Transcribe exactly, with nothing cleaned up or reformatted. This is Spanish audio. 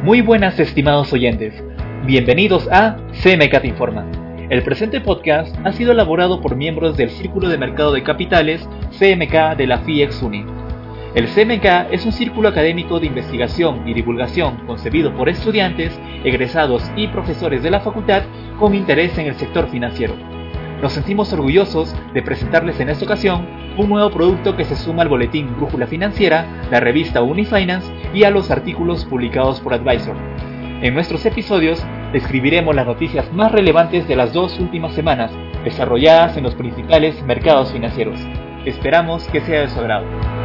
Muy buenas, estimados oyentes. Bienvenidos a C M K Te Informa. El presente podcast ha sido elaborado por miembros del Círculo de Mercado de Capitales C M K de la FIEXUNI. El C M K es un círculo académico de investigación y divulgación concebido por estudiantes, egresados y profesores de la facultad con interés en el sector financiero. Nos sentimos orgullosos de presentarles en esta ocasión un nuevo producto que se suma al boletín Brújula Financiera, la revista Unifinance y a los artículos publicados por Advisor. En nuestros episodios describiremos las noticias más relevantes de las dos últimas semanas, desarrolladas en los principales mercados financieros. Esperamos que sea de su agrado.